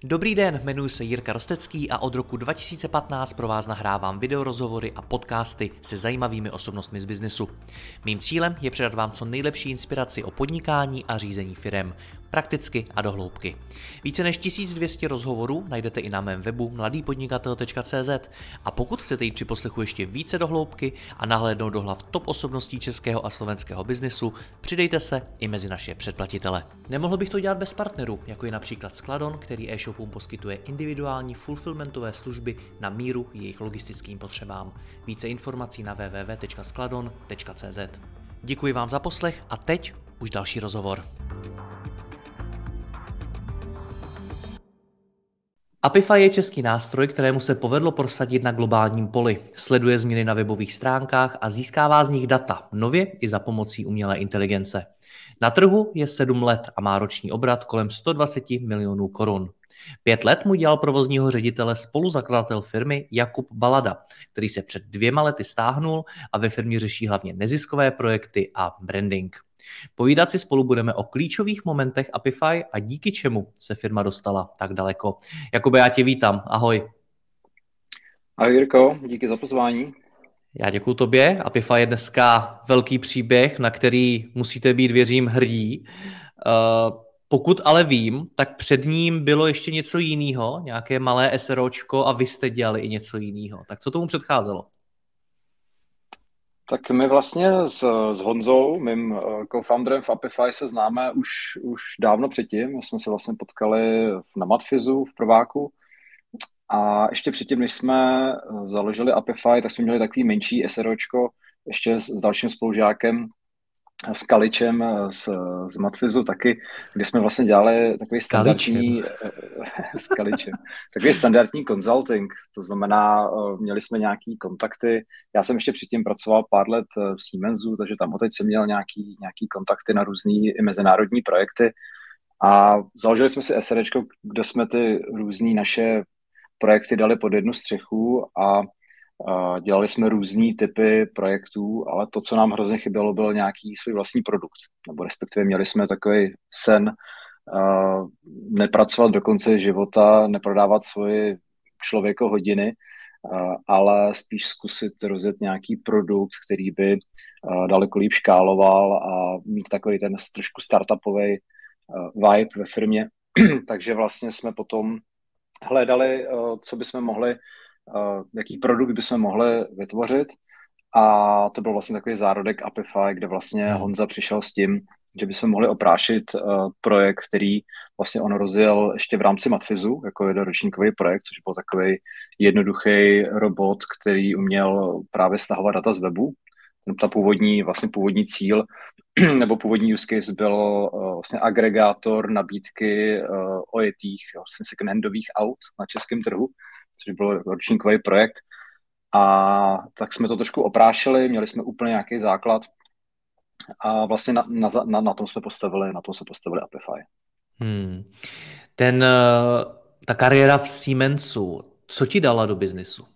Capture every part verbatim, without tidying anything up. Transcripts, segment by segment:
Dobrý den, jmenuji se Jirka Rostecký a od roku dva tisíce patnáct pro vás nahrávám videorozhovory a podcasty se zajímavými osobnostmi z biznesu. Mým cílem je předat vám co nejlepší inspiraci o podnikání a řízení firem, prakticky a do hloubky. Více než tisíc dvě stě rozhovorů najdete i na mém webu mladý podnikatel tečka cé zet a pokud chcete jít při poslechu ještě více do hloubky a nahlédnout do hlav top osobností českého a slovenského biznesu, přidejte se i mezi naše předplatitele. Nemohl bych to dělat bez partnerů, jako je například Skladon, který e-shopům poskytuje individuální fulfillmentové služby na míru jejich logistickým potřebám. Více informací na w w w tečka skladon tečka cé zet. Děkuji vám za poslech a teď už další rozhovor. Apify je český nástroj, kterému se povedlo prosadit na globálním poli. Sleduje změny na webových stránkách a získává z nich data, nově i za pomocí umělé inteligence. Na trhu je sedm let a má roční obrat kolem sto dvacet milionů korun. Pět let mu dělal provozního ředitele spoluzakladatel firmy Jakub Balada, který se před dvěma lety stáhnul a ve firmě řeší hlavně neziskové projekty a branding. Povídat si spolu budeme o klíčových momentech Apify a díky čemu se firma dostala tak daleko. Jakube, já tě vítám, ahoj. Ahoj Jirko, díky za pozvání. Já děkuju tobě. Apify je dneska velký příběh, na který musíte být, věřím, hrdí. Uh, pokud ale vím, tak před ním bylo ještě něco jiného, nějaké malé SROčko a vy jste dělali i něco jiného. Tak co tomu předcházelo? Tak my vlastně s, s Honzou, mým co-founderem v Apify, se známe už, už dávno předtím. My jsme se vlastně potkali na Matfizu v prváku a ještě předtím, než jsme založili Apify, tak jsme měli takový menší SROčko ještě s, s dalším spolužákem, s Kaličem z, z Matfizu taky, kde jsme vlastně dělali takový standardní s Kaličem, takový standardní consulting, to znamená, měli jsme nějaký kontakty, já jsem ještě předtím pracoval pár let v Siemensu, takže tam teď jsem měl nějaký, nějaký kontakty na různý i mezinárodní projekty a založili jsme si SRčko, kde jsme ty různý naše projekty dali pod jednu střechu a Uh, dělali jsme různý typy projektů, ale to, co nám hrozně chybělo, byl nějaký svůj vlastní produkt. Nebo respektive měli jsme takový sen uh, nepracovat do konce života, neprodávat svoje člověkohodiny, uh, ale spíš zkusit rozjet nějaký produkt, který by uh, daleko líp škáloval a mít takový ten trošku startupový uh, vibe ve firmě. Takže vlastně jsme potom hledali, uh, co bychom mohli Uh, jaký produkt bychom mohli vytvořit a to byl vlastně takový zárodek Apify, kde vlastně Honza přišel s tím, že bychom mohli oprášit uh, projekt, který vlastně on rozjel ještě v rámci Matfizu, jako jednoročníkový projekt, což byl takový jednoduchý robot, který uměl právě stahovat data z webu. Ta původní, vlastně původní cíl nebo původní use case byl uh, vlastně agregátor nabídky uh, ojetých vlastně second-handových aut na českém trhu, což byl ročníkový projekt. A tak jsme to trošku oprášili, měli jsme úplně nějaký základ a vlastně na, na, na, na tom jsme postavili, na tom jsme postavili Apify. Hmm. Ten, ta kariéra v Siemensu, co ti dala do biznesu?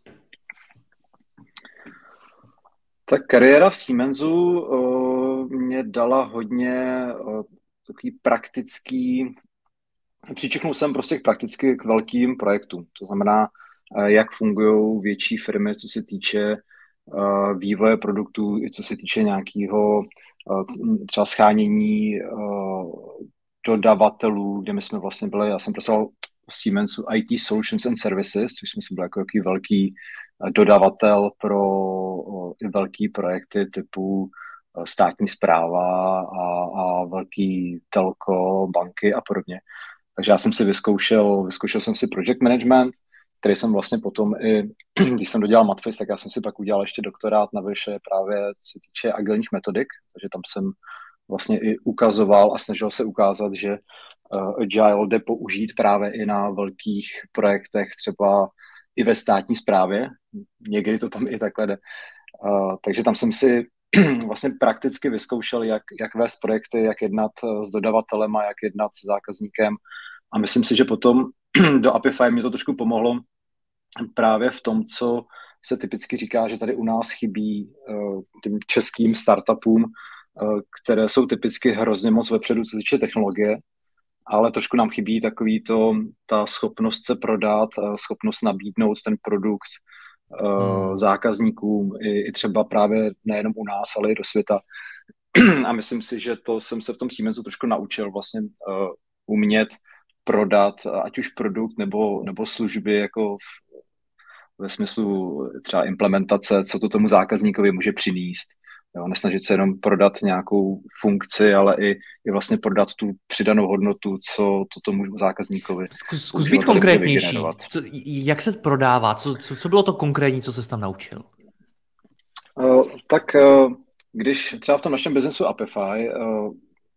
Tak kariéra v Siemensu uh, mě dala hodně uh, takový praktický, přičichnul jsem prostě prakticky k velkým projektům. To znamená, jak fungují větší firmy, co se týče uh, vývoje produktů, i co se týče nějakého uh, třeba schánění uh, dodavatelů, kde my jsme vlastně byli, já jsem pracoval v Siemensu I T Solutions and Services, což jsme si byli jako jaký velký uh, dodavatel pro uh, i velký projekty typu uh, státní správa a, a velký telko, banky a podobně. Takže já jsem si vyzkoušel, vyzkoušel jsem si project management, který jsem vlastně potom i, když jsem dodělal Matfiz, tak já jsem si pak udělal ještě doktorát na Vyše právě co se týče agilních metodik, takže tam jsem vlastně i ukazoval a snažil se ukázat, že uh, Agile jde použít právě i na velkých projektech, třeba i ve státní správě, někdy to tam i takhle jde. Uh, takže tam jsem si vlastně prakticky vyzkoušel, jak, jak vést projekty, jak jednat s dodavatelem a jak jednat s zákazníkem a myslím si, že potom do Apify mě to trošku pomohlo právě v tom, co se typicky říká, že tady u nás chybí uh, těm českým startupům, uh, které jsou typicky hrozně moc vepředu, co se týče technologie ale trošku nám chybí takový to, ta schopnost se prodat, schopnost nabídnout ten produkt Hmm. zákazníkům i, i třeba právě nejenom u nás, ale i do světa. A myslím si, že to jsem se v tom Siemensu trošku naučil vlastně uh, umět prodat, ať už produkt nebo, nebo služby jako v, ve smyslu třeba implementace, co to tomu zákazníkovi může přinést. Jo, nesnažit se jenom prodat nějakou funkci, ale i, i vlastně prodat tu přidanou hodnotu, co to tomu zákazníkovi, Zkus, zkus být konkrétnější. Co, jak se prodává? Co, co, co bylo to konkrétní, co se tam naučil? Uh, tak uh, když třeba v tom našem biznesu Apify, uh,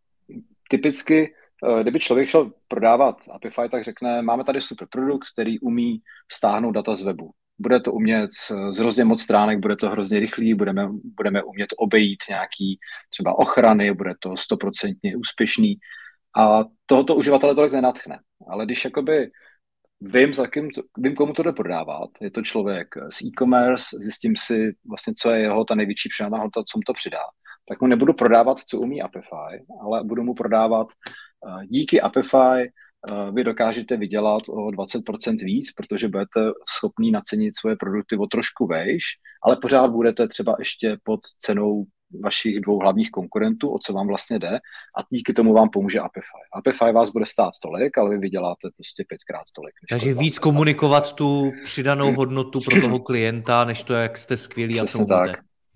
typicky, uh, kdyby člověk šel prodávat Apify, tak řekne, máme tady super produkt, který umí stáhnout data z webu. Bude to umět z hrozně moc stránek, bude to hrozně rychlý, budeme, budeme umět obejít nějaký třeba ochrany, bude to stoprocentně úspěšný a tohoto uživatele tolik nenadchne. Ale když jakoby vím, za kým to, vím, komu to jde prodávat, je to člověk z e-commerce, zjistím si vlastně, co je jeho ta největší přidaná hodnota, co mu to přidá, tak mu nebudu prodávat, co umí Apify, ale budu mu prodávat díky Apify vy dokážete vydělat o dvacet procent víc, protože budete schopní nacenit svoje produkty o trošku vejš, ale pořád budete třeba ještě pod cenou vašich dvou hlavních konkurentů, o co vám vlastně jde, a díky tomu vám pomůže Apify. Apify vás bude stát tolik, ale vy vyděláte prostě pětkrát tolik. Takže víc komunikovat stát. Tu přidanou hodnotu pro toho klienta, než to, jak jste skvělí a co umíte. Tak.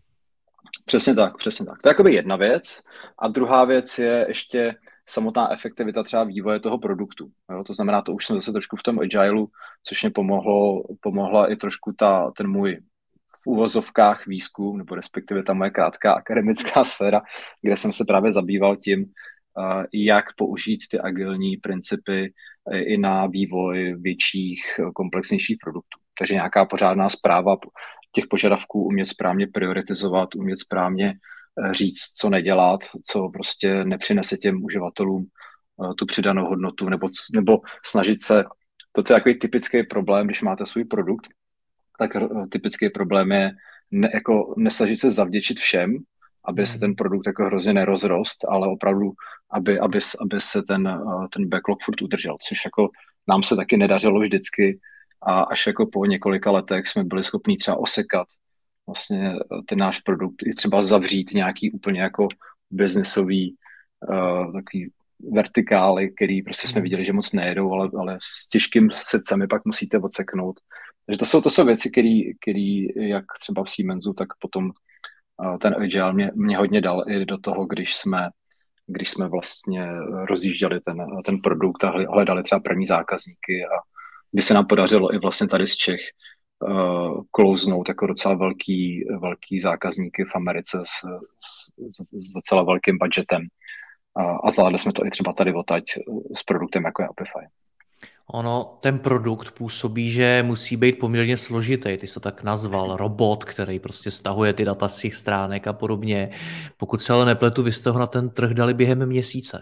Přesně tak, přesně tak. To je jakoby jedna věc. A druhá věc je ještě samotná efektivita třeba vývoje toho produktu. Jo? To znamená, to už jsem zase trošku v tom agilu, což mě pomohlo, pomohla i trošku ta, ten můj v uvozovkách výzkum, nebo respektive ta moje krátká akademická sféra, kde jsem se právě zabýval tím, uh, jak použít ty agilní principy i na vývoj větších, komplexnějších produktů. Takže nějaká pořádná správa těch požadavků, umět správně prioritizovat, umět správně říct, co nedělat, co prostě nepřinese těm uživatelům tu přidanou hodnotu, nebo, nebo snažit se, to je takový typický problém, když máte svůj produkt, tak typický problém je ne, jako nesnažit se zavděčit všem, aby hmm. se ten produkt jako hrozně nerozrost, ale opravdu, aby, aby, aby se ten, ten backlog furt udržel, což jako nám se taky nedařilo vždycky a až jako po několika letech jsme byli schopni třeba osekat vlastně ten náš produkt i třeba zavřít nějaký úplně jako biznesový uh, takový vertikály, který prostě jsme viděli, že moc nejedou, ale, ale s těžkým srdcem pak musíte odseknout. Takže to jsou, to jsou věci, které jak třeba v Siemensu, tak potom uh, ten Agile mě, mě hodně dal i do toho, když jsme, když jsme vlastně rozjížděli ten, ten produkt a hledali třeba první zákazníky a kdy se nám podařilo i vlastně tady z Čech uh, klouznout jako docela velký, velký zákazníky v Americe s, s, s docela velkým budgetem. Uh, a zvládli jsme to i třeba tady odtaď s produktem jako je Apify. Ono, ten produkt působí, že musí být poměrně složitý. Ty jsi to tak nazval, robot, který prostě stahuje ty data z těch stránek a podobně. Pokud se ale nepletu, vy jste ho na ten trh dali během měsíce.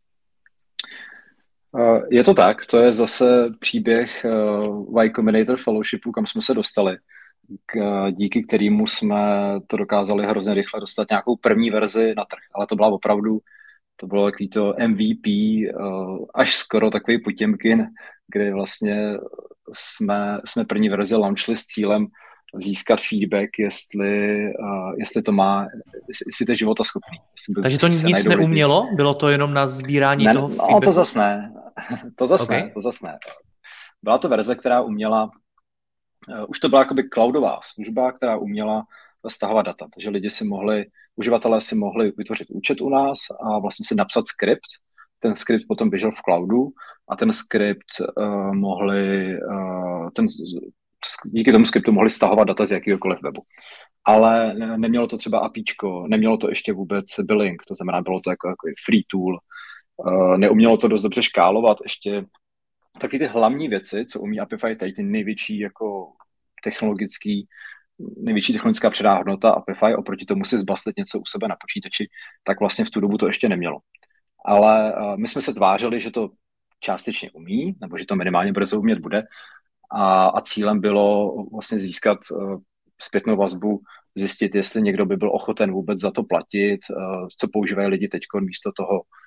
Je to tak, to je zase příběh Y Combinator Fellowshipu, kam jsme se dostali, k, díky kterému jsme to dokázali hrozně rychle dostat nějakou první verzi na trh, ale to byla opravdu, to bylo takový to M V P, až skoro takový Potěmkin, kdy vlastně jsme, jsme první verzi launchli s cílem získat feedback, jestli, uh, jestli to má, jestli to je životaschopný. Takže to nic neumělo? Lidi. Bylo to jenom na sbírání ne, toho feedbacku? No, to zas ne. to zas okay. ne, to zas ne. Byla to verze, která uměla, uh, už to byla jakoby cloudová služba, která uměla stahovat data. Takže lidi si mohli, uživatelé si mohli vytvořit účet u nás a vlastně si napsat skript. Ten skript potom běžel v cloudu a ten skript uh, mohli, uh, ten díky tomu skriptu mohli stahovat data z jakýhokoliv webu. Ale nemělo to třeba APIčko, nemělo to ještě vůbec billing, to znamená, bylo to jako, jako free tool, neumělo to dost dobře škálovat, ještě taky ty hlavní věci, co umí Apify teď, ty největší jako technologický, největší technologická předá hodnota Apify, oproti tomu si zbastit něco u sebe na počítači, tak vlastně v tu dobu to ještě nemělo. Ale my jsme se tvářili, že to částečně umí, nebo že to minimálně brzo umět bude, A, a cílem bylo vlastně získat uh, zpětnou vazbu, zjistit, jestli někdo by byl ochoten vůbec za to platit, uh, co používají lidi teď místo toho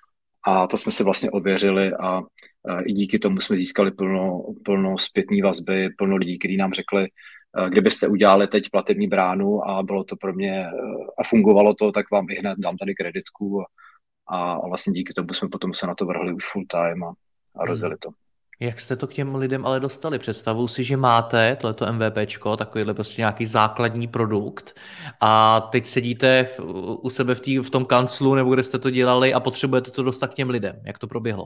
A to jsme si vlastně ověřili a i díky tomu jsme získali plno, plno zpětný vazby, plno lidí, kteří nám řekli, kdybyste udělali teď platební bránu a bylo to pro mě a fungovalo to, tak vám i hned dám tady kreditku a, a vlastně díky tomu jsme potom se na to vrhli už full time a, a rozjeli to. Jak jste to k těm lidem ale dostali? Představuji si, že máte tohleto MVPčko, takovýhle prostě nějaký základní produkt a teď sedíte v, u sebe v, tý, v tom kanclu nebo kde jste to dělali a potřebujete to dostat k těm lidem. Jak to proběhlo?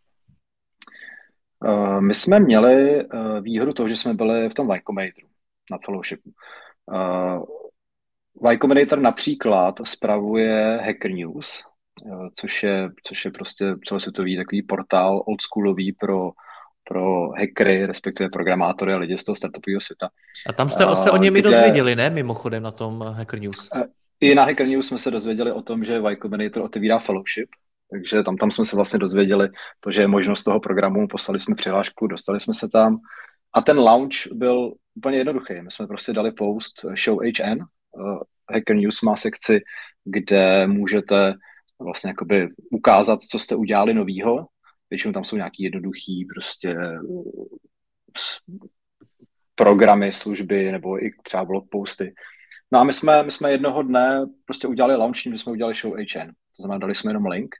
Uh, my jsme měli uh, výhodu toho, že jsme byli v tom Y Combinatoru na fellowshipu. Uh, Y Combinator například spravuje Hacker News, uh, což je, což je prostě celosvětový takový portál oldschoolový pro pro hackery, respektive programátory a lidi z toho startupového světa. A tam jste se o něm i dozvěděli, ne? Mimochodem na tom Hacker News. I na Hacker News jsme se dozvěděli o tom, že Y Combinator otevírá fellowship, takže tam, tam jsme se vlastně dozvěděli to, že je možnost toho programu, poslali jsme přihlášku, dostali jsme se tam a ten launch byl úplně jednoduchý. My jsme prostě dali post Show H N. Hacker News má sekci, kde můžete vlastně jakoby ukázat, co jste udělali novýho. Většinou tam jsou nějaký jednoduchý prostě programy, služby nebo i třeba blogposty. No a my jsme, my jsme jednoho dne prostě udělali launch, že jsme udělali Show H N. To znamená, dali jsme jenom link.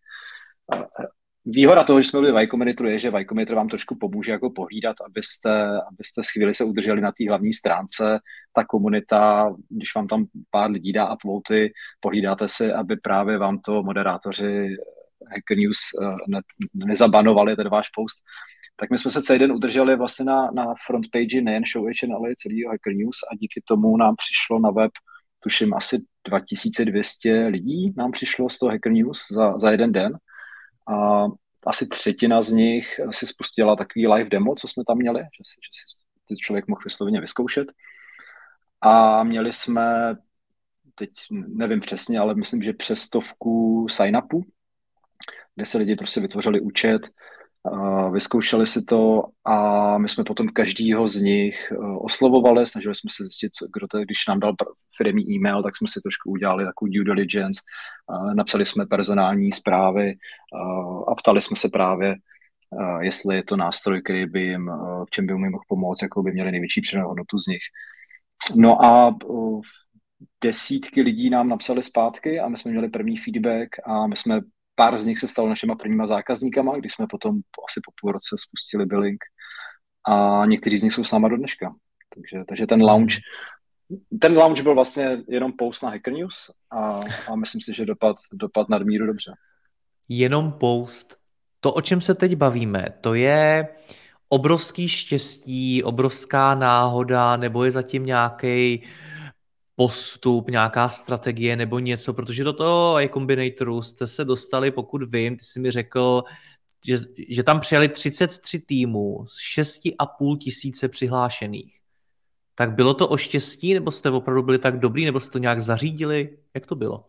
Výhoda toho, že jsme byli v Y Combinatoru, je, že Y Combinator vám trošku pomůže jako pohlídat, abyste, abyste chvíli se udrželi na té hlavní stránce. Ta komunita, když vám tam pár lidí dá upvoty, pohlídáte si, aby právě vám to moderátoři Hacker News ne, nezabanovali ten váš post. Tak my jsme se celý den udrželi vlastně na, na front page nejen Show H N, ale i celý Hacker News a díky tomu nám přišlo na web, tuším asi dva tisíce dvě stě lidí nám přišlo z toho Hacker News za, za jeden den a asi třetina z nich si spustila takový live demo, co jsme tam měli, že si, že si člověk mohl vysloveně vyzkoušet a měli jsme, teď nevím přesně, ale myslím, že přes stovku sign-upů, kde se lidi prostě vytvořili účet, vyzkoušeli si to a my jsme potom každýho z nich oslovovali, snažili jsme se zjistit, kdo to, když nám dal firemní e-mail, tak jsme si trošku udělali takovou due diligence, napsali jsme personální zprávy a ptali jsme se právě, jestli je to nástroj, který by jim, v čem by jim mohl pomoct, jakou by měli největší přidanou hodnotu z nich. No a desítky lidí nám napsali zpátky a my jsme měli první feedback a my jsme pár z nich se stalo našima prvníma zákazníkama, když jsme potom asi po půl roce spustili billing a někteří z nich jsou s náma do dneška. Takže, takže ten launch ten launch byl vlastně jenom post na Hacker News a, a myslím si, že dopad, dopad nadmíru dobře. Jenom post. To, o čem se teď bavíme, to je obrovský štěstí, obrovská náhoda, nebo je zatím nějaký postup, nějaká strategie nebo něco, protože do toho Y Combinatoru jste se dostali, pokud vím, ty jsi mi řekl, že, že tam přijali třicet tři týmů z šest a půl tisíce přihlášených. Tak bylo to o štěstí, nebo jste opravdu byli tak dobrý, nebo jste to nějak zařídili? Jak to bylo?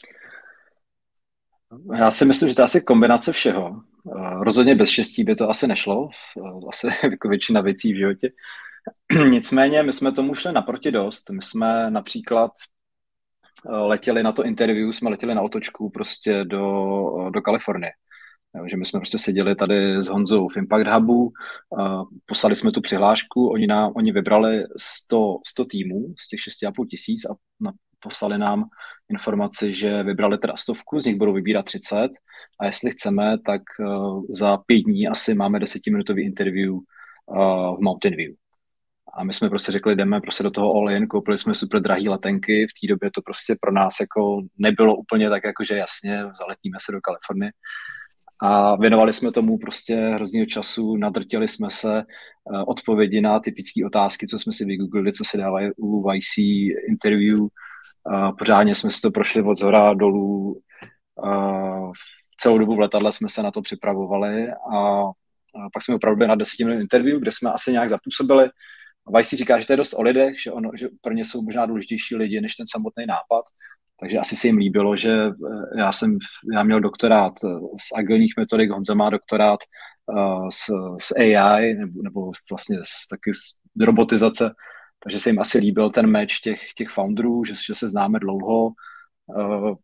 Já si myslím, že to je asi kombinace všeho. Rozhodně bez štěstí by to asi nešlo, asi jako většina věcí v životě. Nicméně my jsme tomu šli naproti dost. My jsme například letěli na to interview, jsme letěli na otočku prostě do, do Kalifornie. Takže my jsme prostě seděli tady s Honzou v Impact Hubu, poslali jsme tu přihlášku, oni, nám, oni vybrali sto, sto týmů z těch šest a půl tisíc a poslali nám informaci, že vybrali teda stovku, z nich budou vybírat třicet a jestli chceme, tak za pět dní asi máme desetiminutový interview v Mountain View. A my jsme prostě řekli, jdeme prostě do toho all in, koupili jsme super drahý letenky, v té době to prostě pro nás jako nebylo úplně tak jako, že jasně, zaletíme se do Kalifornie. A věnovali jsme tomu prostě hroznýho času, nadrtili jsme se odpovědi na typické otázky, co jsme si vygooglili, co se dávají u Y C interview. Pořádně jsme si to prošli od zhora dolů. Celou dobu v letadle jsme se na to připravovali a pak jsme opravdu byli na desetiminutovém interview, kde jsme asi nějak zapůsobili. Y C říká, že to je dost o lidech, že, ono, že pro ně jsou možná důležitější lidi než ten samotný nápad. Takže asi se jim líbilo, že já jsem já měl doktorát z agilních metodik, Honza má doktorát uh, z, z A I, nebo, nebo vlastně z, taky z robotizace, takže se jim asi líbil ten match těch, těch founderů, že, že se známe dlouho. Uh,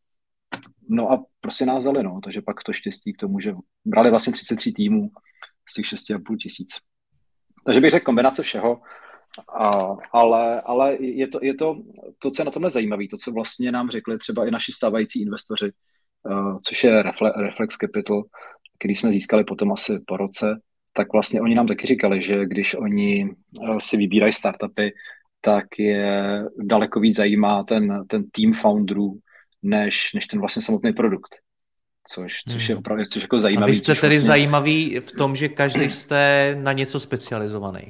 no a prostě nás vzali, no, takže pak to štěstí k tomu, že brali vlastně třicet tři týmů z těch šest a půl tisíc. Takže bych řekl kombinace všeho, a, ale, ale je, to, je to, to, co je na tomhle zajímavé, to, co vlastně nám řekli třeba i naši stávající investoři, uh, což je Refle, Reflex Capital, který jsme získali potom asi po roce, tak vlastně oni nám taky říkali, že když oni uh, si vybírají startupy, tak je daleko víc zajímá ten, ten tým founderů, než, než ten vlastně samotný produkt. Což, což je Hmm. opravdu což jako A zajímavý. vy jste což tedy vlastně... zajímavý v tom, že každý jste na něco specializovaný.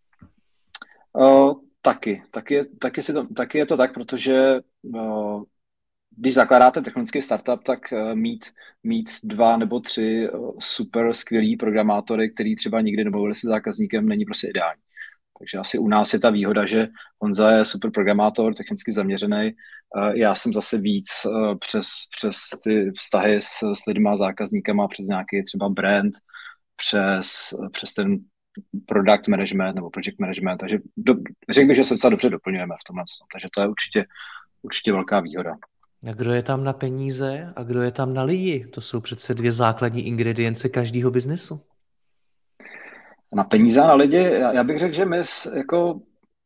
Uh, taky. Taky je, taky, si to, taky je to tak, protože uh, když zakládáte technický startup, tak uh, mít, mít dva nebo tři uh, super skvělý programátory, který třeba nikdy nebavili se zákazníkem, není prostě ideální. Takže asi u nás je ta výhoda, že Honza je super programátor, technicky zaměřený. Já jsem zase víc přes, přes ty vztahy s, s lidma, zákazníkama, přes nějaký třeba brand, přes, přes ten product management nebo project management. Takže do, řekl bych, že se docela dobře doplňujeme v tomhle. Takže to je určitě, určitě velká výhoda. A kdo je tam na peníze a kdo je tam na lidi? To jsou přece dvě základní ingredience každého biznesu. Na peníze a na lidi, já, já bych řekl, že my jako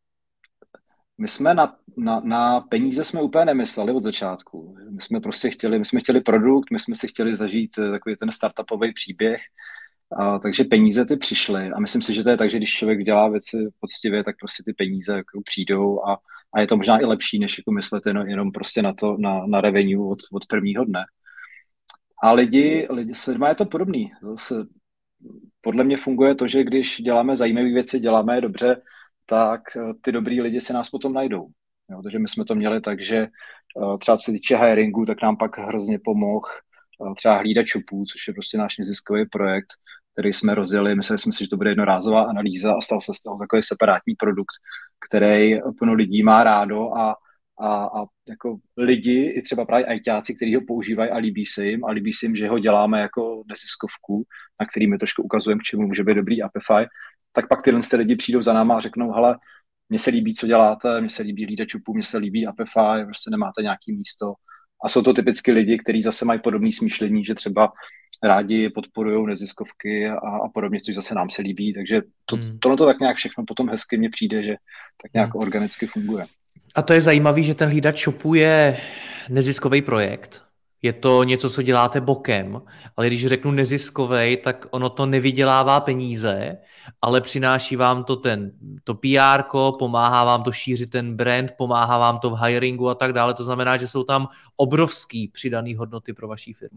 My jsme na, na, na peníze jsme úplně nemysleli od začátku. My jsme prostě chtěli, my jsme chtěli produkt, my jsme si chtěli zažít takový ten startupový příběh, a, takže peníze ty přišly a myslím si, že to je tak, že když člověk dělá věci poctivě, tak prostě ty peníze jako přijdou a, a je to možná i lepší, než jako myslet jenom, jenom prostě na to, na, na revenue od, od prvního dne. A lidi, lidi s lidma je to podobný. Zase, podle mě funguje to, že když děláme zajímavé věci, děláme je dobře, tak ty dobrý lidi se nás potom najdou. Jo, takže my jsme to měli tak, že třeba co se týče hiringu, tak nám pak hrozně pomohl třeba Hlídač shopů, což je prostě náš neziskový projekt, který jsme rozjeli. Mysleli jsme si, že to bude jednorázová analýza a stal se z toho takový separátní produkt, který plno lidí má rádo a, a, a jako lidi, i třeba právě ajťáci, kteří ho používají a líbí se jim a líbí se jim, že ho děláme jako neziskovku, na který my trošku ukazujeme, k čemu může být dobrý Apify, tak pak tyhle lidi přijdou za náma a řeknou, hele, mně se líbí, co děláte, mně se líbí Hlídač shopů, mně se líbí Apify, prostě nemáte nějaký místo. A jsou to typicky lidi, kteří zase mají podobné smýšlení, že třeba rádi podporují neziskovky a, a podobně, což zase nám se líbí. Takže to, Hmm. tohle to tak nějak všechno potom hezky mně přijde, že tak nějak hmm. organicky funguje. A to je zajímavý, že ten Hlídač shopů je neziskový projekt. Je to něco, co děláte bokem, ale když řeknu neziskovej, tak ono to nevydělává peníze, ale přináší vám to ten, to P R ko, pomáhá vám to šířit ten brand, pomáhá vám to v hiringu a tak dále. To znamená, že jsou tam obrovský přidaný hodnoty pro vaši firmu.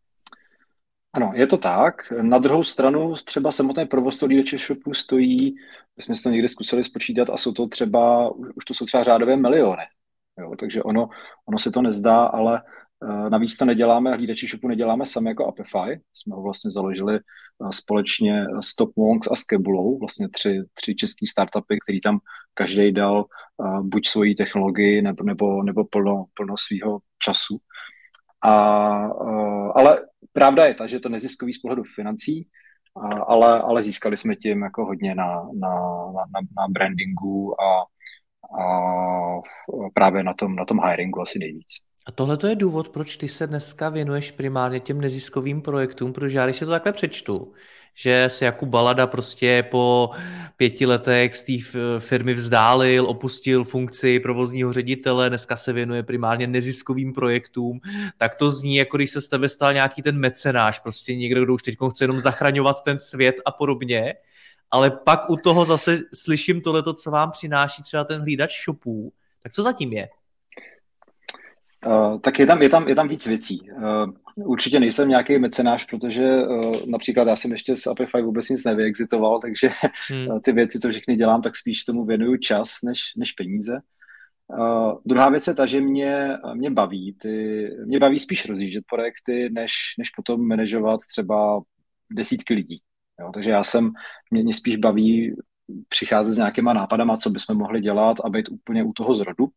Ano, je to tak. Na druhou stranu třeba samotné provoz toho Hlídače shopu stojí, my jsme si to někdy zkusili spočítat a jsou to třeba, už to jsou třeba řádové miliony. Jo, takže ono, ono se to nezdá, ale uh, navíc to neděláme, Hlídači shopu neděláme sami jako Apify. Jsme ho vlastně založili uh, společně s Top Monks a s Kebulou, vlastně tři, tři český startupy, který tam každý dal uh, buď svoji technologii nebo, nebo, nebo plno, plno svýho času. A, uh, ale pravda je ta, že to neziskový z pohledu financí, a, ale, ale získali jsme tím jako hodně na, na, na, na brandingu a, a právě na tom, na tom hiringu asi nejvíc. A tohle to je důvod, proč ty se dneska věnuješ primárně těm neziskovým projektům, protože já když si to takhle přečtu, že se Jakub Balada prostě po pěti letech z té firmy vzdálil, opustil funkci provozního ředitele, dneska se věnuje primárně neziskovým projektům, tak to zní, jako když se z tebe stal nějaký ten mecenáš, prostě někdo, kdo už teď chce jenom zachraňovat ten svět a podobně, ale pak u toho zase slyším tohleto, co vám přináší třeba ten Hlídač shopů. Tak co zatím je? Uh, tak je tam, je, tam, je tam víc věcí. Uh, určitě nejsem nějaký mecenáš, protože uh, například já jsem ještě z Apify vůbec nic nevyexitoval, takže hmm. ty věci, co všechny dělám, tak spíš tomu věnuju čas než, než peníze. Uh, druhá věc je ta, že mě, mě baví. Ty, mě baví spíš rozjíždět projekty, než, než potom manažovat třeba desítky lidí. Jo, takže já jsem, mě, mě spíš baví přicházet s nějakýma nápadama, co bychom mohli dělat a být úplně u toho zrodu.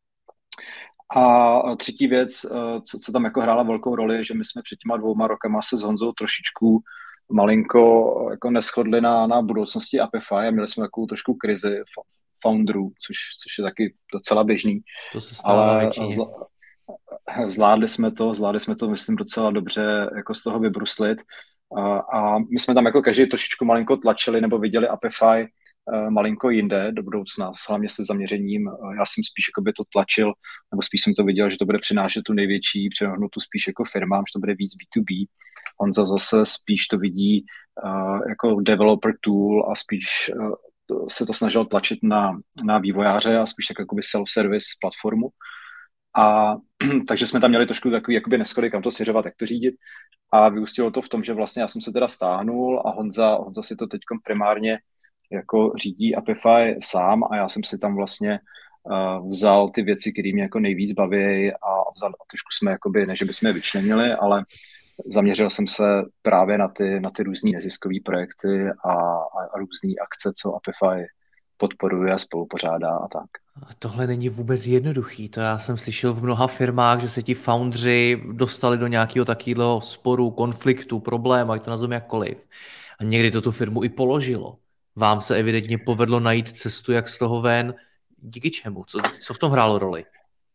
A třetí věc, co, co tam jako hrála velkou roli, je, že my jsme před těma dvouma rokama se s Honzou trošičku malinko jako neshodli na, na budoucnosti Apify a měli jsme takovou trošku krizi founderů, což, což je taky docela běžný. To se stává ale, většině. zvládli jsme to, zvládli jsme to, myslím, docela dobře jako z toho vybruslit. A, a my jsme tam jako každý trošičku malinko tlačili nebo viděli Apify malinko jinde do budoucna, hlavně se zaměřením. Já jsem spíš jako by to tlačil, nebo spíš jsem to viděl, že to bude přinášet tu největší přenohnutu spíš jako firmám, že to bude víc bé dvě bé. Honza zase spíš to vidí uh, jako developer tool a spíš uh, se to snažil tlačit na, na vývojáře a spíš tak jakoby self-service platformu. A takže jsme tam měli trošku takový jakoby neshody, kam to svěřovat, jak to řídit. A vyústilo to v tom, že vlastně já jsem se teda stáhnul a Honza, Honza si to teď primárně jako řídí Apify sám a já jsem si tam vlastně uh, vzal ty věci, které mě jako nejvíc baví a vzal, a trošku jsme jakoby, ne že bychom je vyčlenili, ale zaměřil jsem se právě na ty, na ty různý neziskové projekty a, a, a různý akce, co Apify podporuje a spolupořádá a tak. Tohle není vůbec jednoduchý. To já jsem slyšel v mnoha firmách, že se ti foundři dostali do nějakého takového sporu, konfliktu, problému, ať to nazveme jakkoliv. A někdy to tu firmu i položilo. Vám se evidentně povedlo najít cestu, jak z toho ven. Díky čemu? Co, co v tom hrálo roli?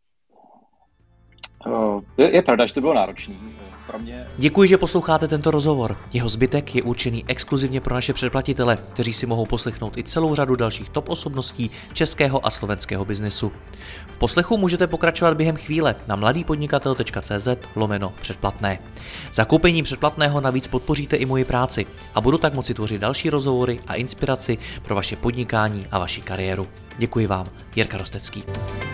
Je, je pravda, že to bylo náročný. Pro mě... Děkuji, že posloucháte tento rozhovor. Jeho zbytek je určený exkluzivně pro naše předplatitele, kteří si mohou poslechnout i celou řadu dalších top osobností českého a slovenského biznesu. V poslechu můžete pokračovat během chvíle na mladýpodnikatel tečka cz lomeno předplatné. Zakoupením předplatného navíc podpoříte i moji práci a budu tak moci tvořit další rozhovory a inspiraci pro vaše podnikání a vaši kariéru. Děkuji vám, Jirka Rostecký.